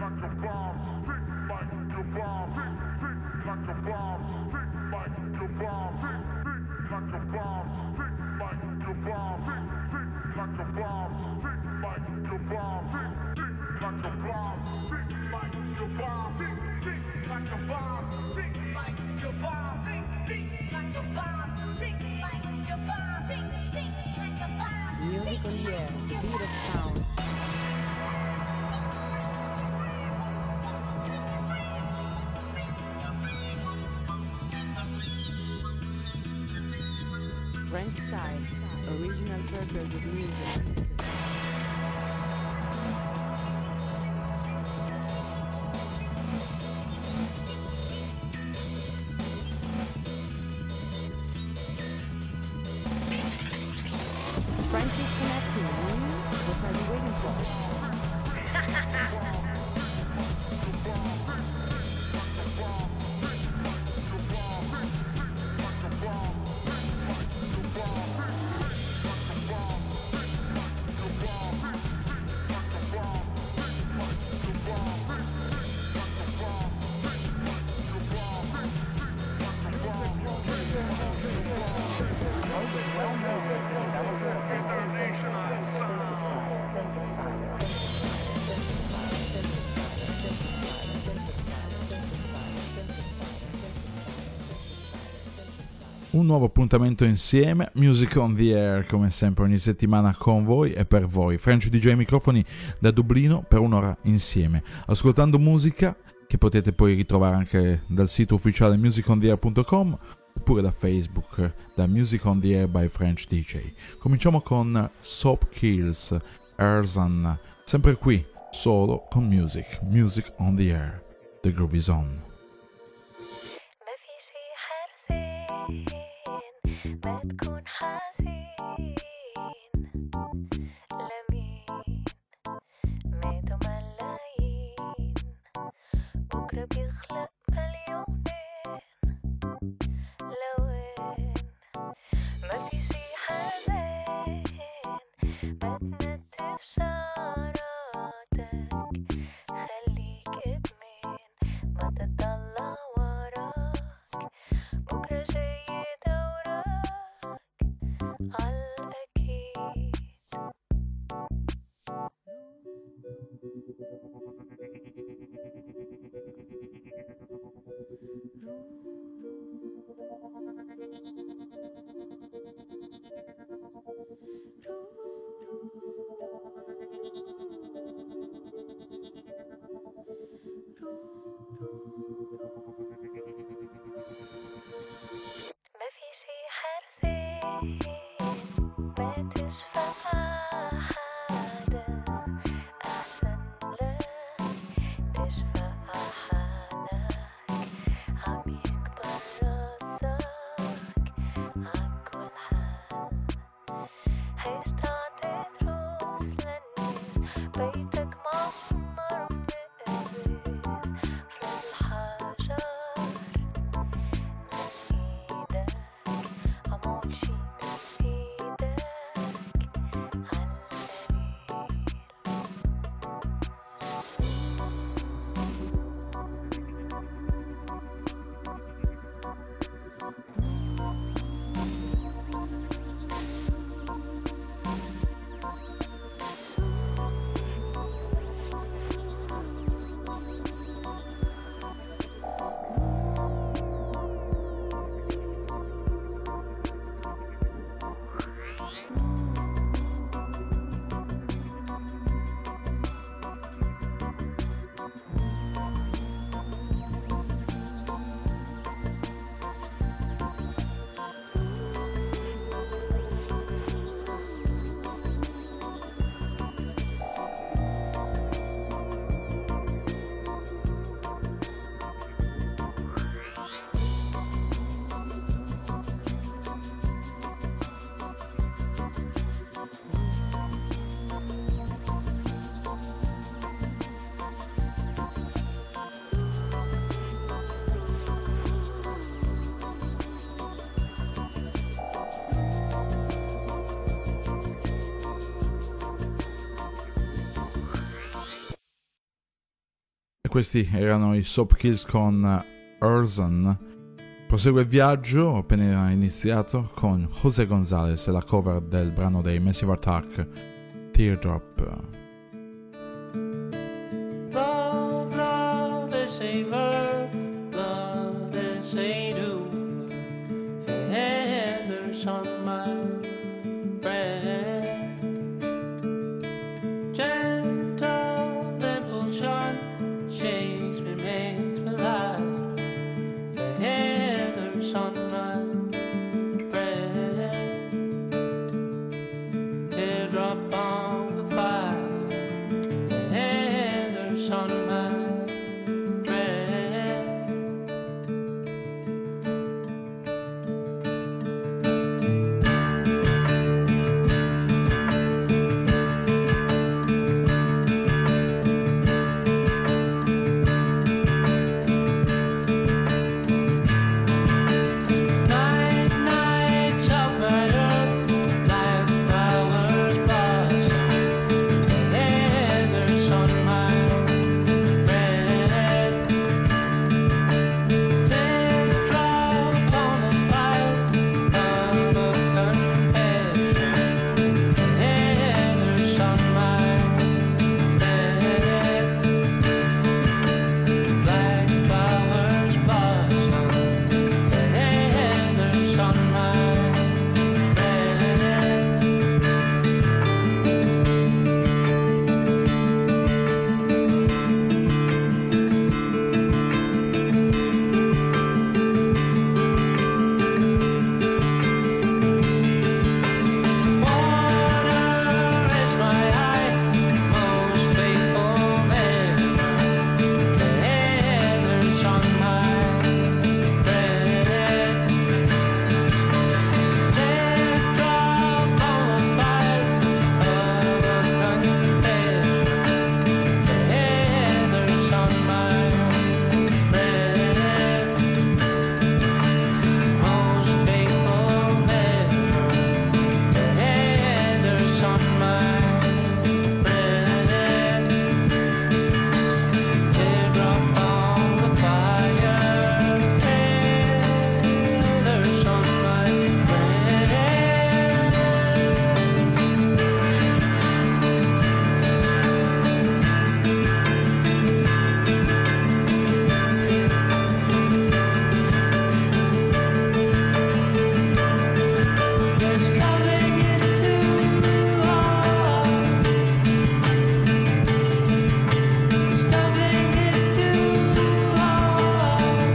Music on the air, the beat of sounds. French side, original purpose of music. French is connecting. What are you waiting for? Un nuovo appuntamento insieme, Music on the Air, come sempre ogni settimana con voi e per voi. French DJ ai microfoni da Dublino per un'ora insieme, ascoltando musica che potete poi ritrovare anche dal sito ufficiale musicontheair.com oppure da Facebook, da Music on the Air by French DJ. Cominciamo con Soap Kills, Erzan, sempre qui, solo con Music on the Air. The groove is on. ما تكون حزين لمين ماتوا ملايين بكرة بيخلق مليونين لوين ما في شي حزين ما تنتف شعراتك خليك ادمين ما تطلع وراك بكرة جاي ما في شي حرزين ما تشفع حدا أحسن لك تشفع حالك عم يكبر راسك عكل حال هيش تعطي دروس للناس بيتك معمر من الإزاز فرد الحجر questi erano i Soap Kills con Erzan. Prosegue il viaggio, appena iniziato, con José González e la cover del brano dei Massive Attack, Teardrop. Love, love, they say verb, love, they say do. Feathers on my breast, gentle impulsion shakes me, makes me laugh. Feathers on my breast, teardrop on the fire. Feathers on my breast. Night, nights of my earth, like flowers blossom. Feathers on my breast, teardrop on the fire of a confession. Feathers on my breast, like flowers blossom. Feathers on my water is my eye, most faithful member. Feathers on my breast, teardrop on the fire of a confession. Feathers on my breast, most faithful member. Feathers on my breast, teardrop on the fire. Feathers on my breast. Just loving it too hard. Just loving it too hard.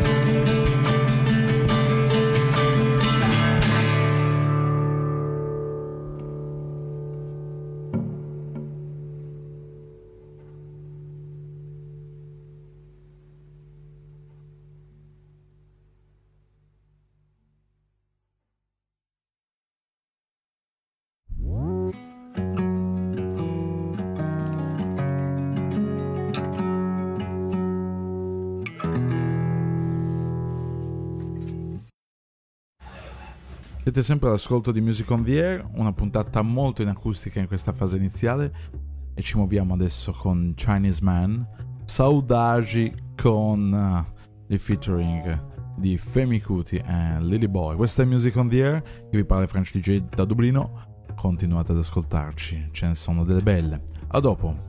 Siete sempre all'ascolto di Music on the Air, una puntata molto in acustica in questa fase iniziale, e ci muoviamo adesso con Chinese Man, Saudagi con il featuring di Femi Kuti e Lily Boy. Questa è Music on the Air, che vi parla French DJ da Dublino. Continuate ad ascoltarci, ce ne sono delle belle. A dopo.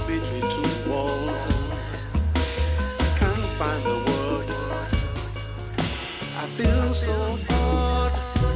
between two walls. Can't find the word. I feel so hard.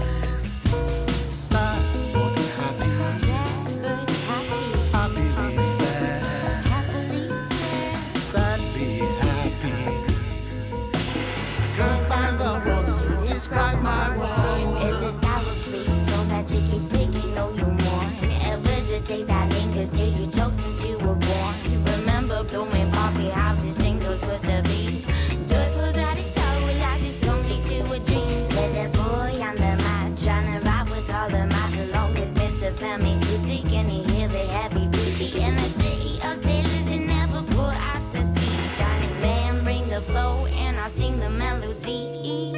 Sad but happy. Sad but happy. Happily sad. Happily sad. Sadly happy. Can't find the words to describe my world. It's a sour sweet, so that you keep taking all you want. Ever to taste that lingers till you choke since you were born. Remember blooming poppy, how distinct those were to be. Joy pulls out his soul like this don't lead to a dream. Let that boy on the mat, trying to ride with all of my along with Mr. Femi Kuti. Can he hear the heavy duty in the city of sailors that never put out to sea? Chinese man bring the flow and I sing the melody.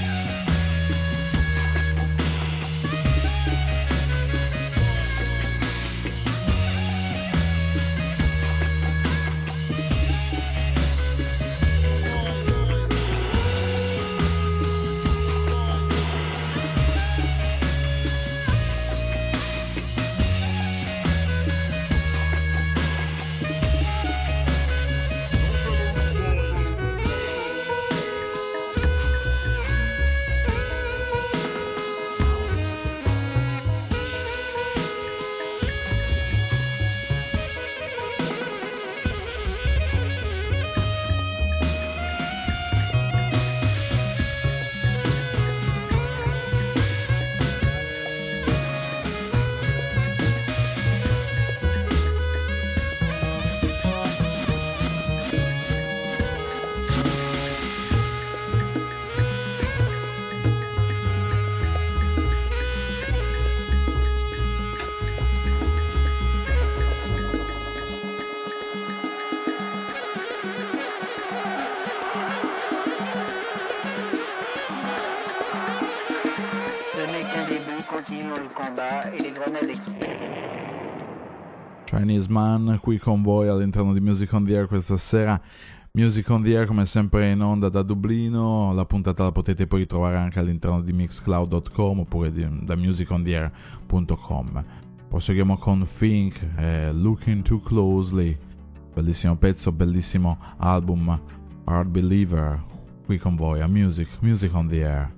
Ce n'est qu'un début, continuons le combat et les grenades équipées. Chinese Man qui con voi all'interno di Music on the Air questa sera. Music on the Air come sempre in onda da Dublino, la puntata la potete poi ritrovare anche all'interno di mixcloud.com oppure da musicontheair.com. Proseguiamo con Fink e Looking Too Closely, bellissimo pezzo, bellissimo album, Hard Believer, qui con voi a Music on the Air.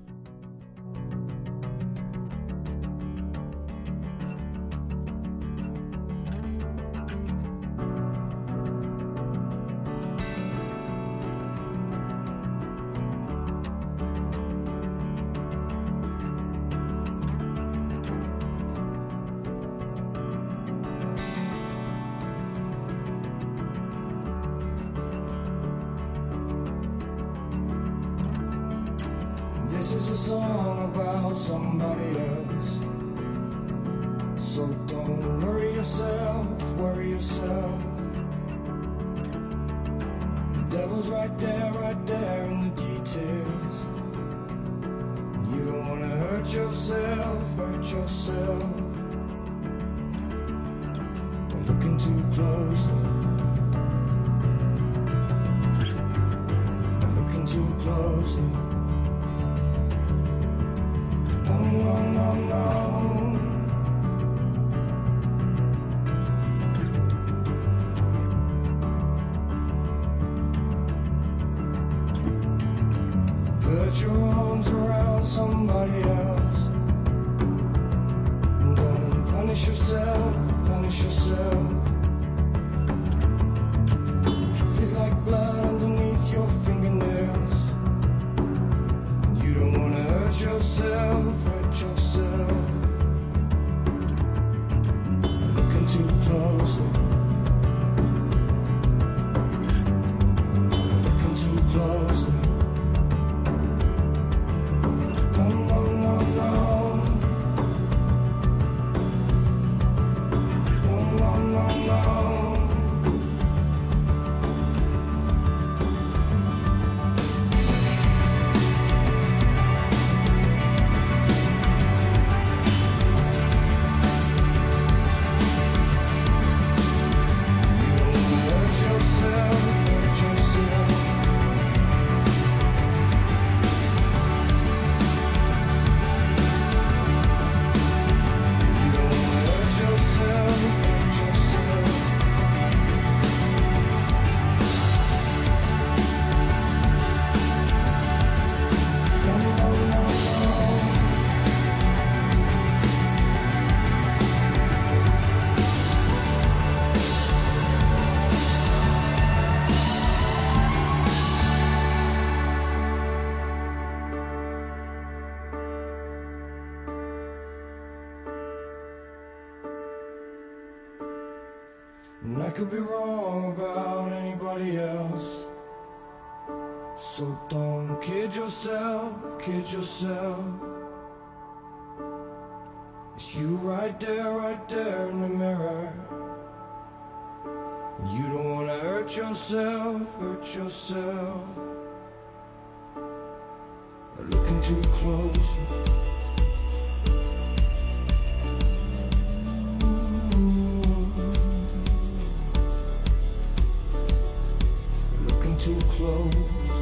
This is a song about somebody else. So don't worry yourself, worry yourself. The devil's right there in the details. You don't wanna hurt yourself, hurt yourself. But looking too closely. Looking too closely. No. Put your arms around somebody else. Don't punish yourself, punish yourself. Truth is like blood underneath your fingernails. You don't wanna hurt yourself, hurt yourself. Looking too closely. Looking too closely. No. And I could be wrong about anybody else. So don't kid yourself, kid yourself. It's you right there in the mirror. And you don't wanna hurt yourself, hurt yourself. But looking too close. Too close.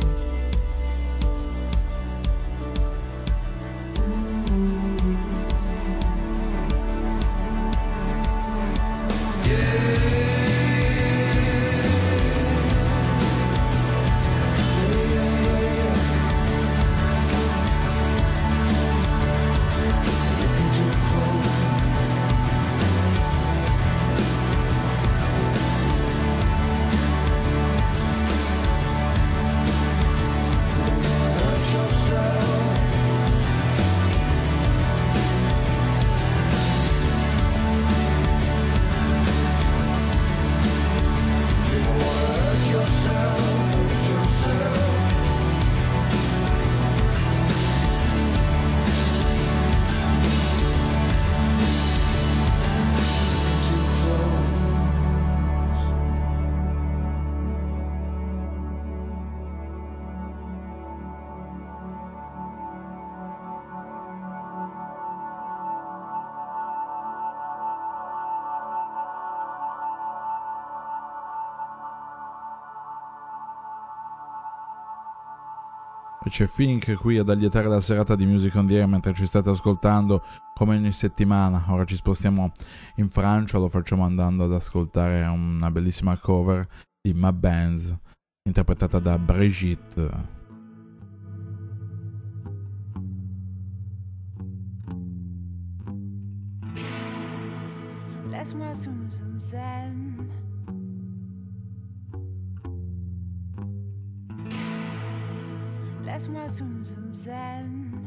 C'è Fink qui ad allietare la serata di Music on the Air mentre ci state ascoltando come ogni settimana. Ora ci spostiamo in Francia, lo facciamo andando ad ascoltare una bellissima cover di Ma Benz interpretata da Brigitte. Laisse-moi zoom zoom zen. Laisse-moi zoom zoom zen.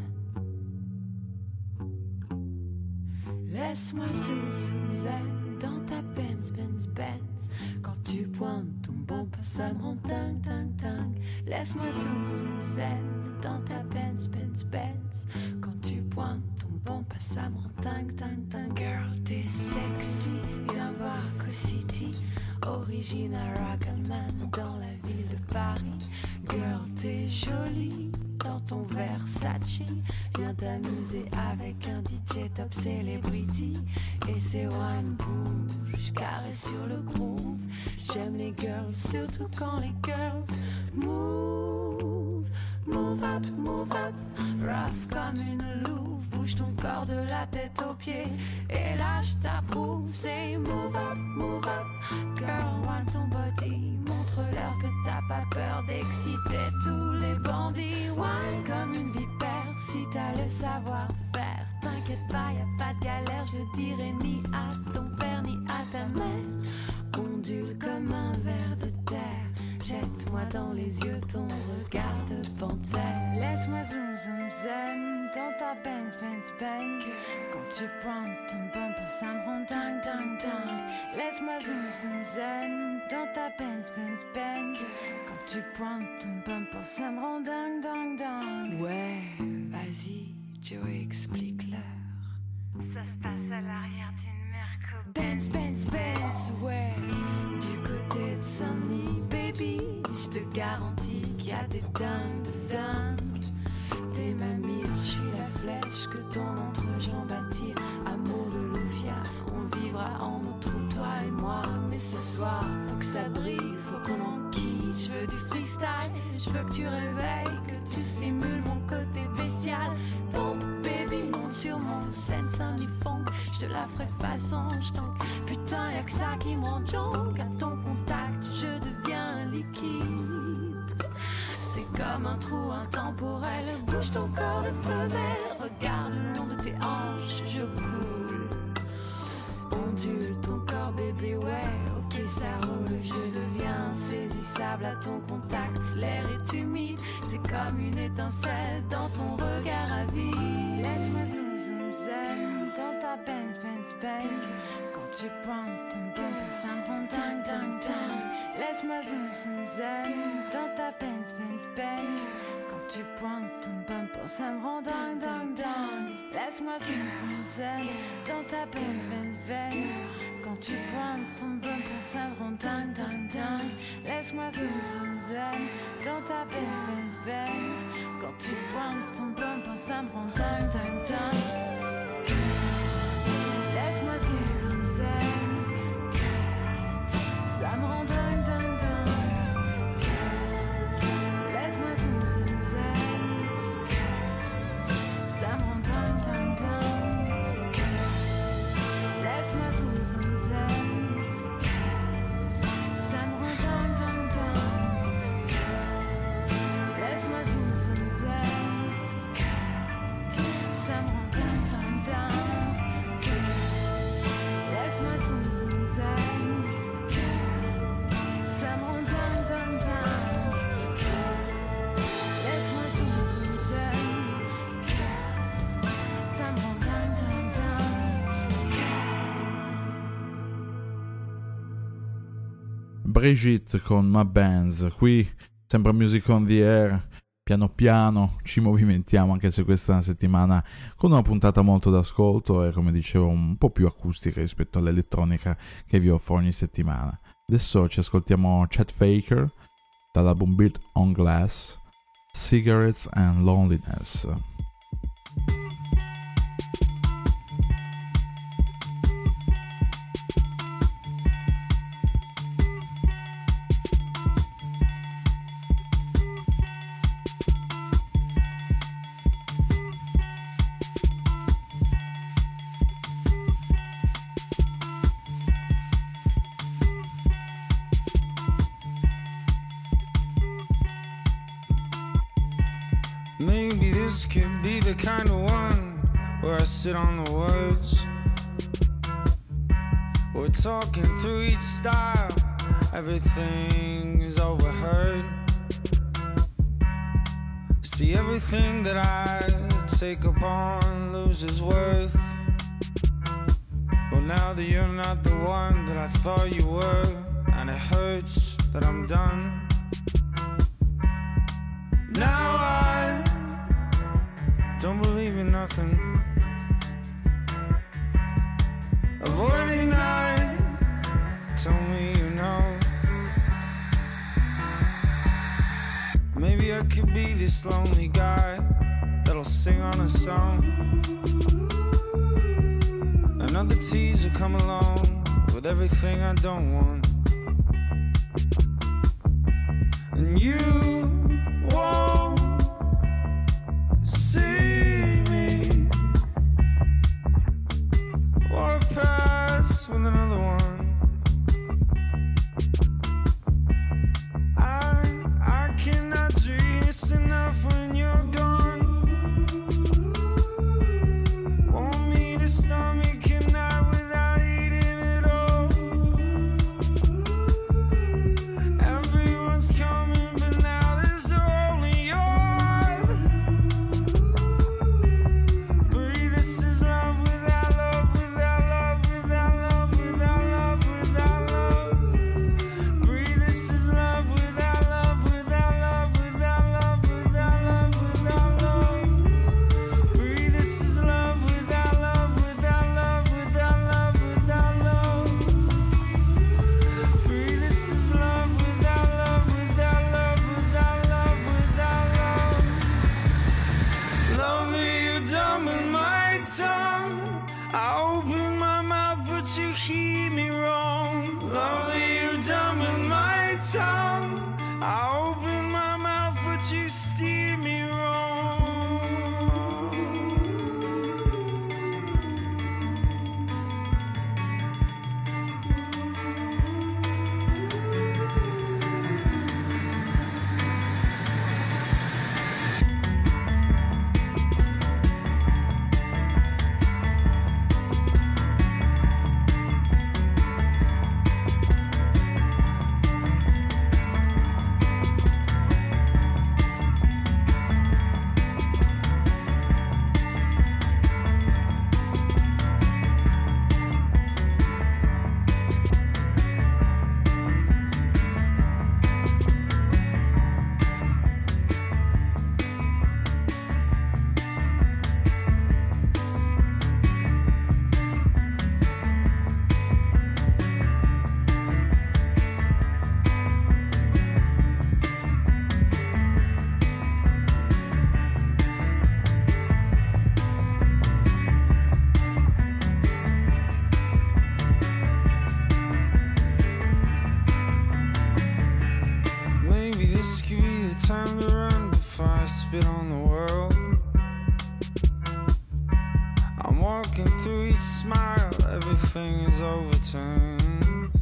Laisse-moi zoom zoom zen dans ta Benz Benz Benz. Quand tu pointes ton bumper, ça me rend dingue dingue dingue. Laisse-moi zoom zoom zen dans ta Benz Benz Benz. Quand tu pointes ton bumper, ça me rend dingue dingue dingue. Girl, t'es sexy, viens voir Co-City. Original Rocketman dans la ville de Paris. Girl, t'es jolie dans ton Versace. Viens t'amuser avec un DJ top celebrity. Et c'est wine bouge, carré sur le groove. J'aime les girls, surtout quand les girls move. Move up, rough comme une louve. Bouge ton corps de la tête aux pieds. Et là je t'approuve. C'est move up, girl, want ton body. Montre-leur que t'as pas peur d'exciter tous les bandits. Wine comme une vipère, si t'as le savoir-faire. T'inquiète pas, y a pas de galère, je le dirai ni à ton père ni à ta mère. Ondule comme un ver de terre. Jette-moi dans les yeux ton regard de panthère. Laisse-moi zoom zoom zen dans ta Benz Benz Benz. Quand tu pointes ton bumper, ça me rend dingue dingue dingue. Laisse-moi zoom zoom zen dans ta Benz Benz Benz. Quand tu pointes ton bumper, ça me rend dingue dingue dingue. Ouais, vas-y, Joey, explique-leur. Ça se passe à l'arrière d'une Merco Benz Benz Benz, ouais. Du côté de Saint-Denis, baby, je te garantis qu'il y a des dingues de dingues. T'es ma mire, je suis la flèche que ton entrejambe attire. Amour de Lufia, on vivra en notre toi et moi. Mais ce soir, faut que ça brille, faut qu'on enquille. Je veux du freestyle, je veux que tu réveilles, que tu stimules mon côté bestial. Pompe, baby, monte sur mon sense funk. Je te la ferai façon, je t'en. Putain, y'a que ça qui me rend jonque. À ton contact, je deviens liquide. C'est comme un trou intemporel. Bouge ton corps de femelle. Regarde le long de tes hanches, je coule. Ondule ton corps, bébé, ouais. Ok, ça roule, je deviens insaisissable à ton contact. L'air est humide, c'est comme une étincelle dans ton regard avide. Laisse-moi zoom zoom zen dans ta Benz Benz Benz. Quand tu pointes ton bumper, ça me rend dingue, dingue, dingue. Laisse-moi zoom, zoom, zen dans ta Benz, Benz, Benz. Quand tu pointes ton bumper, ça me rend dingue, dingue, dingue. Laisse-moi zoom, zoom, zen dans ta Benz, Benz, Benz. Quand tu pointes ton bumper, ça me rend dingue, dingue, dingue. Laisse-moi zoom, zoom, zen dans ta Benz, Benz, Benz. Quand tu pointes ton bumper, ça me rend dingue, dingue, dingue. Laisse-moi zoom, zoom, zen. Ça me rend dingue, dingue, dingue. Laisse-moi zoom, zoom, zen. Ça me rend dingue, dingue, dingue. Laisse-moi zoom, zoom, zen. Ça me rend dingue, dingue, dingue. Laisse-moi zoom, zoom, zen. Ça me rend dingue, dingue, dingue. Laisse-moi zoom, zoom, zen. Ça me rend dingue, dingue, dingue. Laisse-moi zoom, zoom, zen. Ça me rend dingue, dingue, dingue. Brigitte con My Bands, qui sempre Music on the Air, piano piano ci movimentiamo, anche se questa è una settimana con una puntata molto d'ascolto e, come dicevo, un po' più acustica rispetto all'elettronica che vi offro ogni settimana. Adesso ci ascoltiamo Chet Faker dall'album Built on Glass, Cigarettes and Loneliness. Maybe this could be the kind of one where I sit on the words. We're talking through each style, everything is overheard. See, everything that I take upon loses worth. Well, now that you're not the one that I thought you were, and it hurts that I'm done. Now I don't believe in nothing. Avoiding night, tell me you know. Maybe I could be this lonely guy that'll sing on a song. Another teaser come along with everything I don't want. And you won't see me walk past with another one. I cannot dream it's enough when you're gone. Want me to stomach a night without eating at all. Everyone's coming, but now there's only yours. Breathe, this is love without love, without love, without love, without love, without love. Breathe, this is love without love, without love, without love, without love, without love. Breathe, this is love without love, without love, without love, without love. Breathe, this is love without love, without love, without love, without love. Love that you're done with my tongue. I open my mouth, but you hear me wrong. Love that you're done with my tongue. I open my mouth, but you steer me wrong. time to run before I spit on the world. I'm walking through each smile, everything is overturned.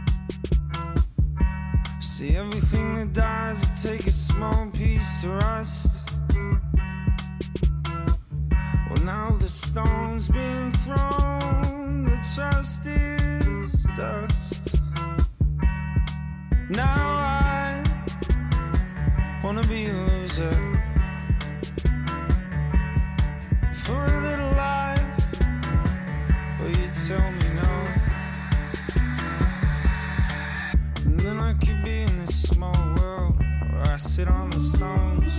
See, everything that dies will take a small piece to rust. Well, now the stone's been thrown, the trust is dust. Now I wanna be a loser for a little life, but you tell me no. And then I could be in this small world where I sit on the stones,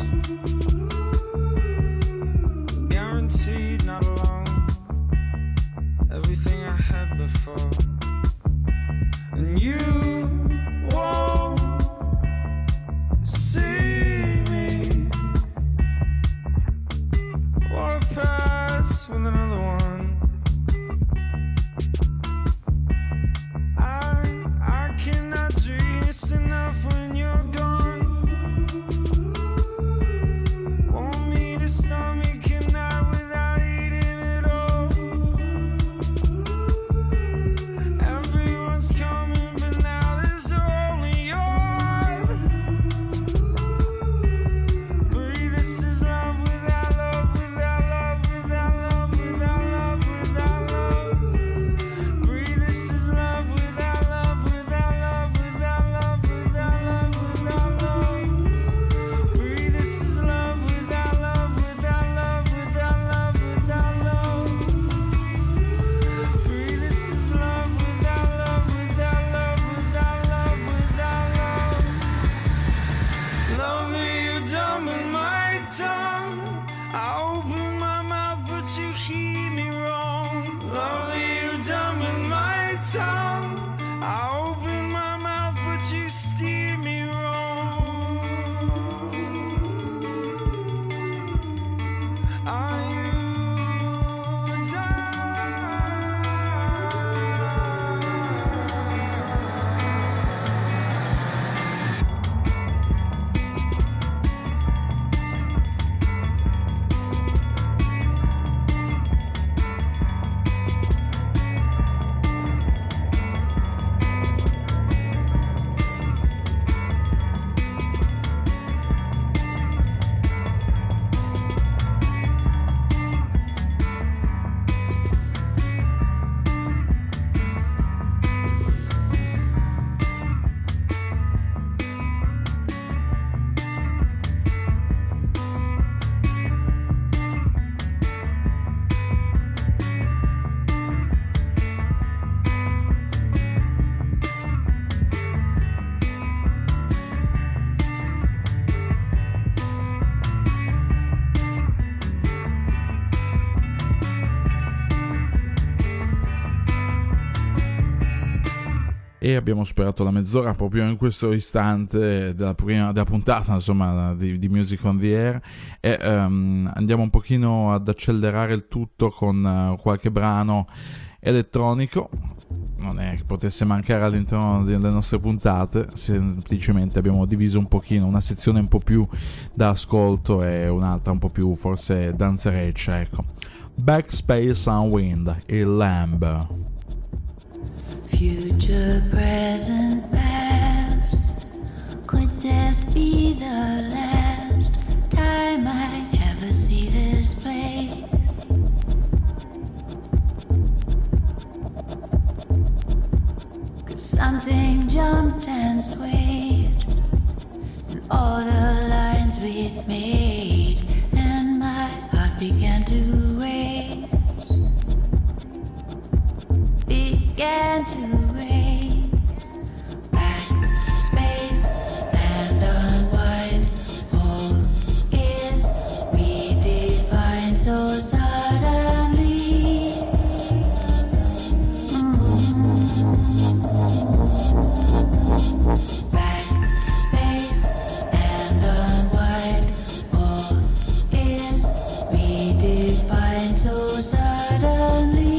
guaranteed not alone, everything I had before. And you won't see me walk past with another one. I cannot dream, it's enough when you're gone. Want me to stomach a night without eating it all. Everyone's coming, but now there's only yours. Breathe, this is love without love, without love, without love, without love, without love. Breathe, this is love without love, without love, without love, without love, without love. Breathe, this is love without love, without love, without love, without love. Breathe, this is love without love, without love, without love, without love. Love me, you're done with my tongue. I open my mouth, but you hear me wrong. Love me, you're done with my tongue. I open my mouth, but you steer me wrong. Are you done? E abbiamo superato la mezz'ora proprio in questo istante della puntata, insomma, di Music on the Air, e andiamo un pochino ad accelerare il tutto con qualche brano elettronico. Non è che potesse mancare all'interno delle nostre puntate, semplicemente abbiamo diviso un pochino, una sezione un po' più da ascolto e un'altra un po' più forse danzereccia, ecco. Backspace and Wind, il Lamb. Future, present, past. Could this be the last time I ever see this place? Cause something jumped and swayed, and all the lines we'd made, and my heart began to race. Began to race, back space and unwind. All is redefined so suddenly. Back space and unwind. All is redefined so suddenly.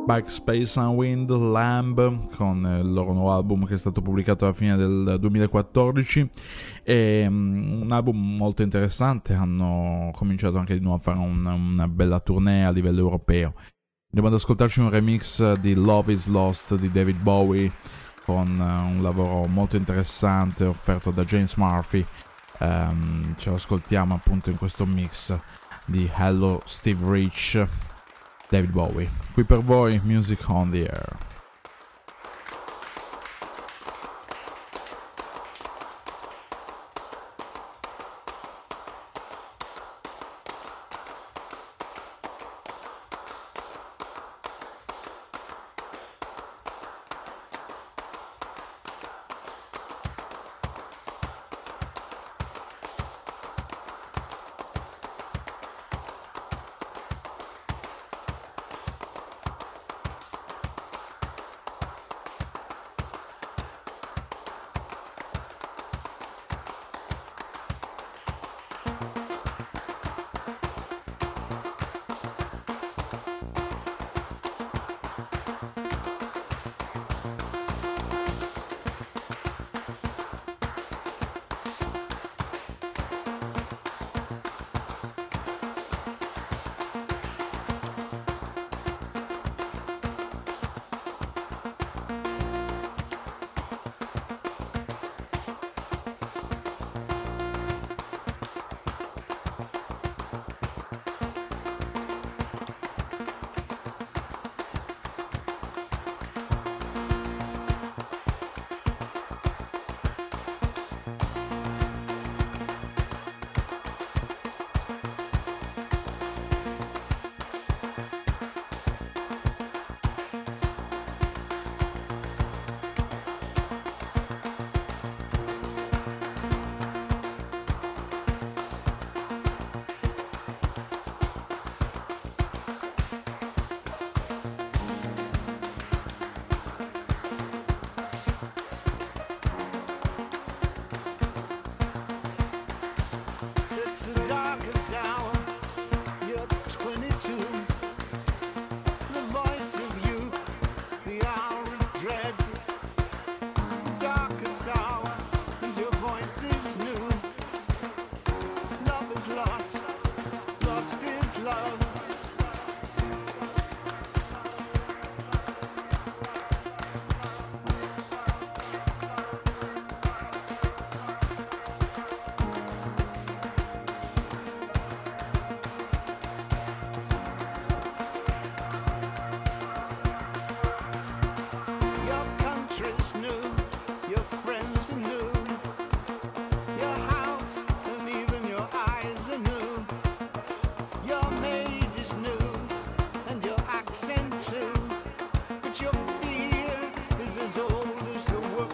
Bike Space and Wind, Lamb, con il loro nuovo album che è stato pubblicato alla fine del 2014. È un album molto interessante, hanno cominciato anche di nuovo a fare una bella tournée a livello europeo. Andiamo ad ascoltarci un remix di Love is Lost di David Bowie, con un lavoro molto interessante offerto da James Murphy. Ce lo ascoltiamo appunto in questo mix di Hello Steve Rich, David Bowie. Qui per voi Music on the Air. It's the darkest hour. You're 22. The voice of youth, the hour of dread. Darkest hour, and your voice is new. Love is lost, lost is love. Your country's new, your friends are new, your house and even your eyes are new. Your maid is new, and your accent too. But your fear is as old as the world.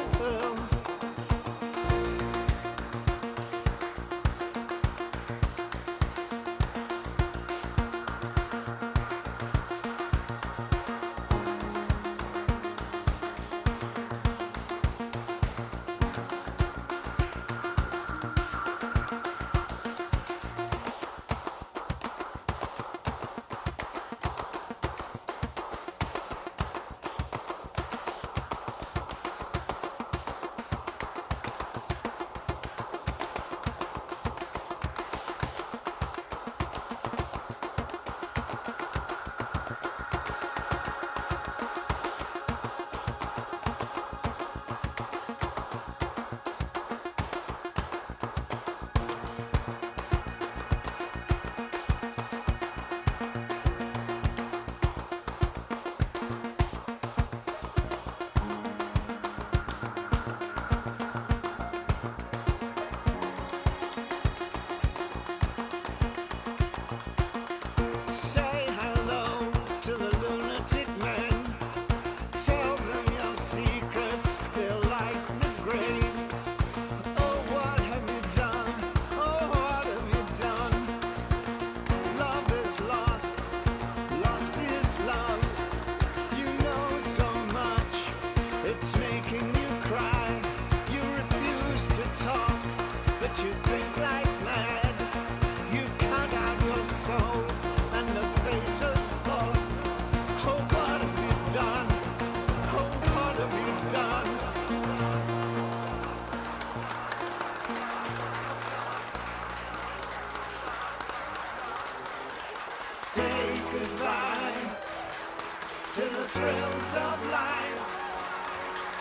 Say hello to the lunatic men. Tell them your secrets, they're like the grave. Oh, what have you done? Oh, what have you done? Love is lost, lost is love. You know so much, it's making you cry. You refuse to talk, but you think like mad. You've cut out your soul and the face of thought. Oh, what have you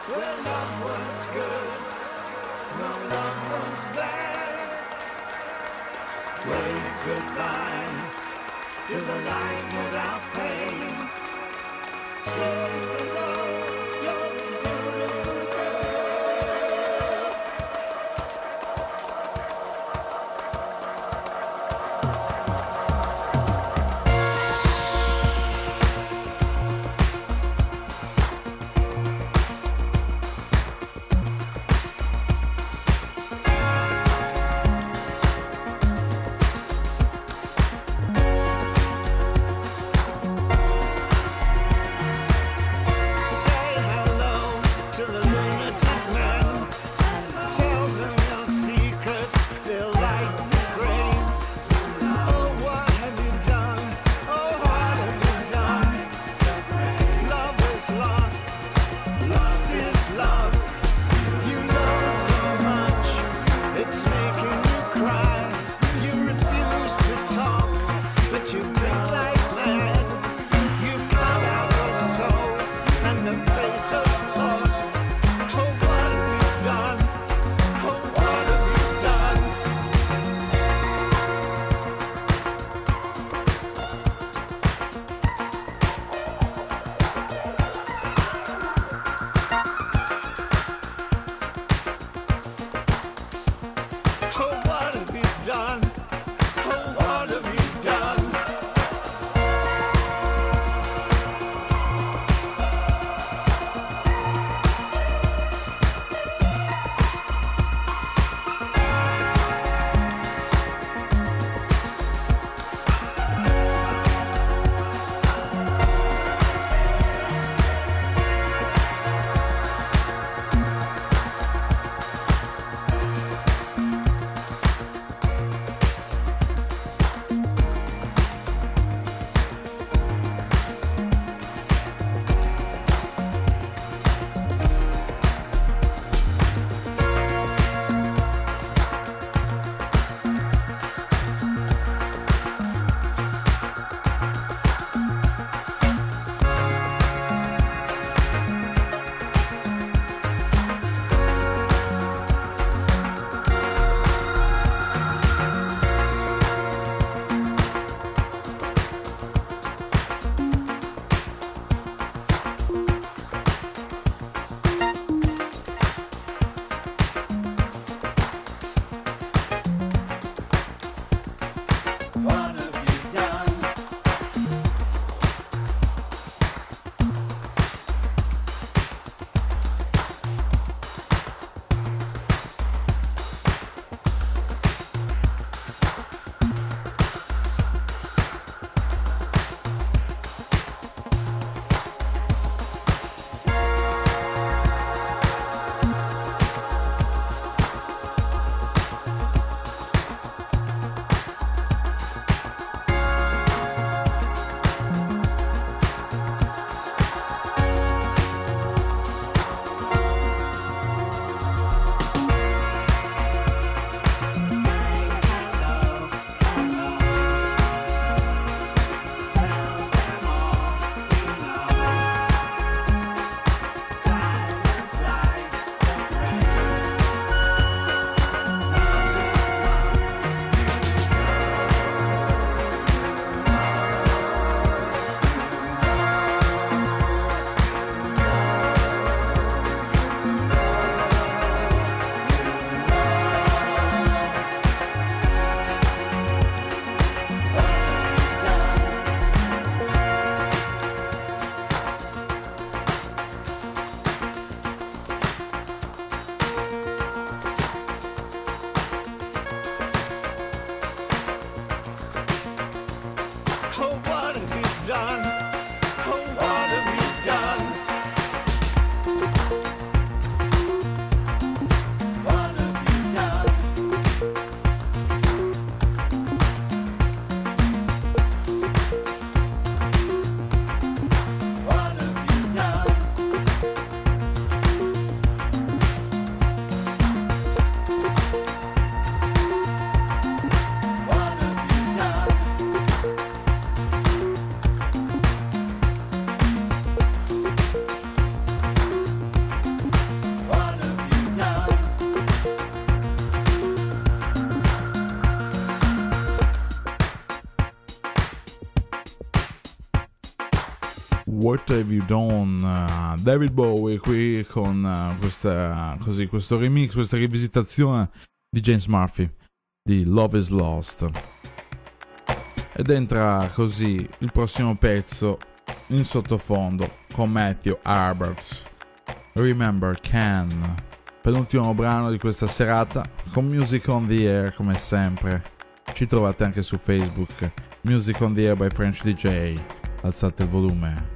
When love was good, no love was bad. Wave goodbye to the life without pain. Say hello, you're a beautiful girl. Say hello to the lunatic man. Tell them your secrets, they'll light the grave. Oh, what have you done? Oh, what have you done? Love is lost, lost is love. You know so much, it's making you cry. You refuse to talk, but you think like mad. You've cut out your soul and the face of love. Oh, what have you done? Oh, what have you done? Oh, what have you done? Oh, what have you done? What Have You Done, David Bowie qui con questo remix, questa rivisitazione di James Murphy di Love Is Lost. Ed entra così il prossimo pezzo in sottofondo con Matthew Albert, Remember Can, penultimo brano di questa serata con Music on the Air. Come sempre ci trovate anche su Facebook, Music on the Air by French DJ. Alzate il volume.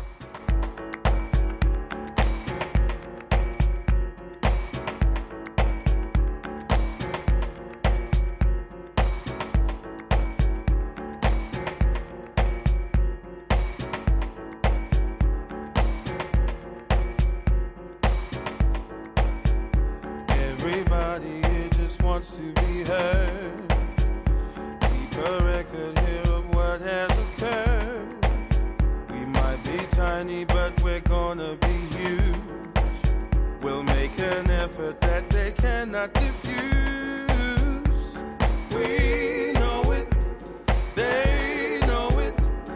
Everybody here just wants to be heard. Keep a record here of what has occurred. We might be tiny, but we're gonna be huge. We'll make an effort that they cannot diffuse. We know it, they know it.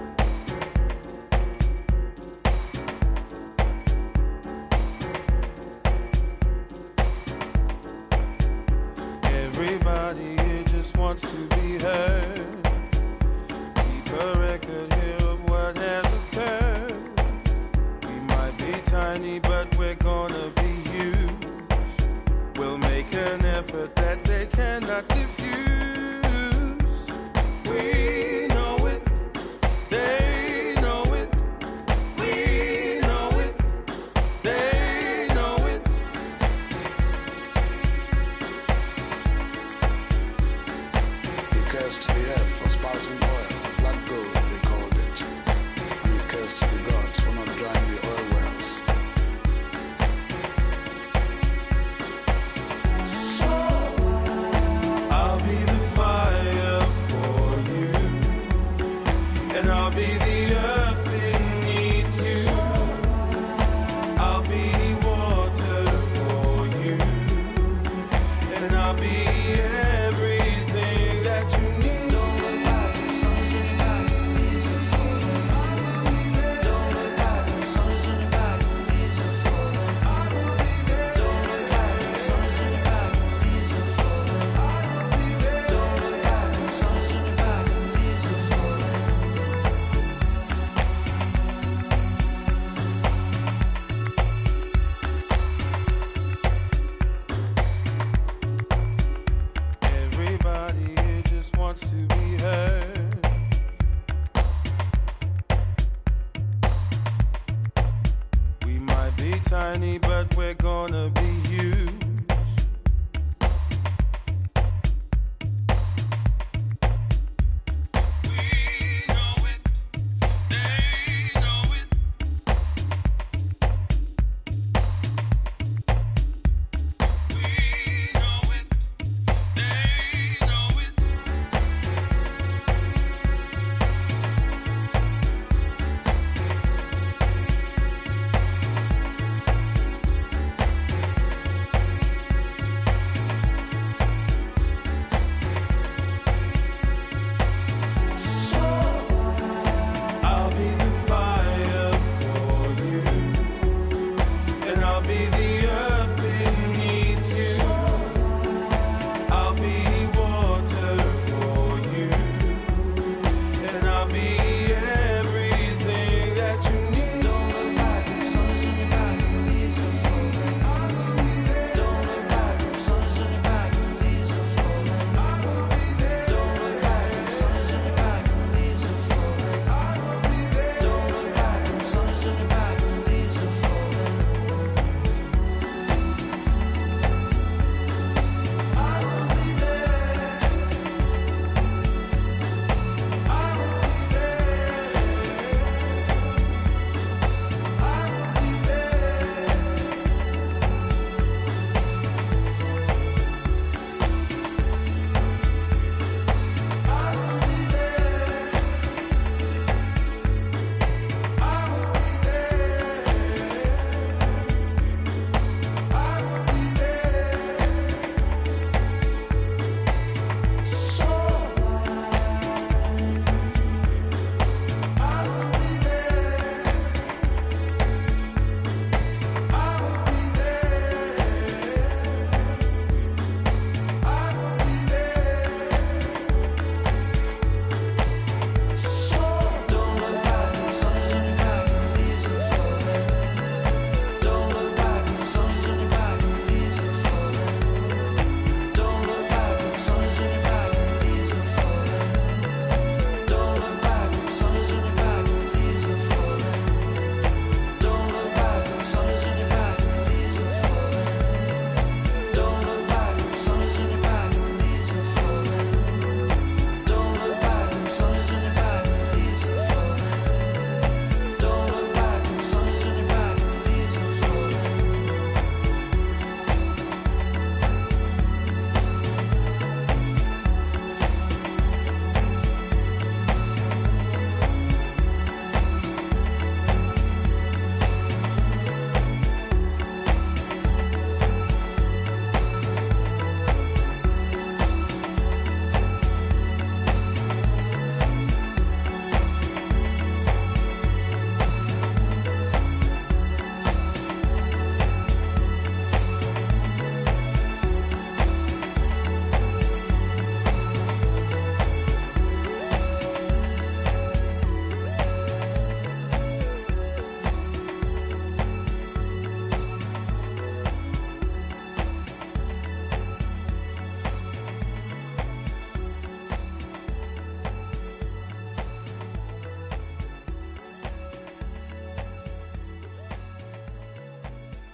Everybody here just wants to be heard. Keep a record here of what has occurred. We might be tiny, but we're gonna be huge. We'll make an effort that they cannot diffuse. We know it, they know it. We know it, they know it. He cursed the earth for spouting oil, black gold they called it. And he cursed the gods for not drying the oil wells. I'll be the fire for you, and I'll be the earth beneath you. I'll be water for you, and I'll be everything that you need. Everybody here just wants to be heard. We might be tiny, but we're gonna be huge. We know it, they know it. We know it, they know it.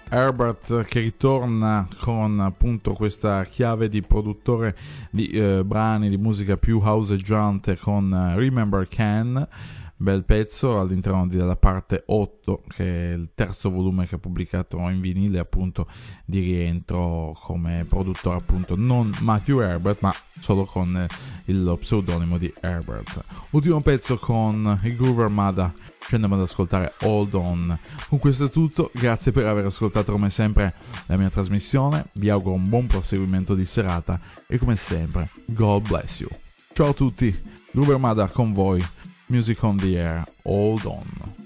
Herbert che ritorna con appunto questa chiave di produttore di brani di musica più houseggiante con Remember Ken, bel pezzo all'interno della parte 8, che è il terzo volume che ha pubblicato in vinile, appunto di rientro come produttore, appunto non Matthew Herbert ma solo con lo pseudonimo di Herbert. Ultimo pezzo con i Groove Armada, ci andiamo ad ascoltare Hold On. Con questo è tutto, grazie per aver ascoltato come sempre la mia trasmissione, vi auguro un buon proseguimento di serata e come sempre God bless you. Ciao a tutti, Groove Armada con voi, Music on the Air, Hold On.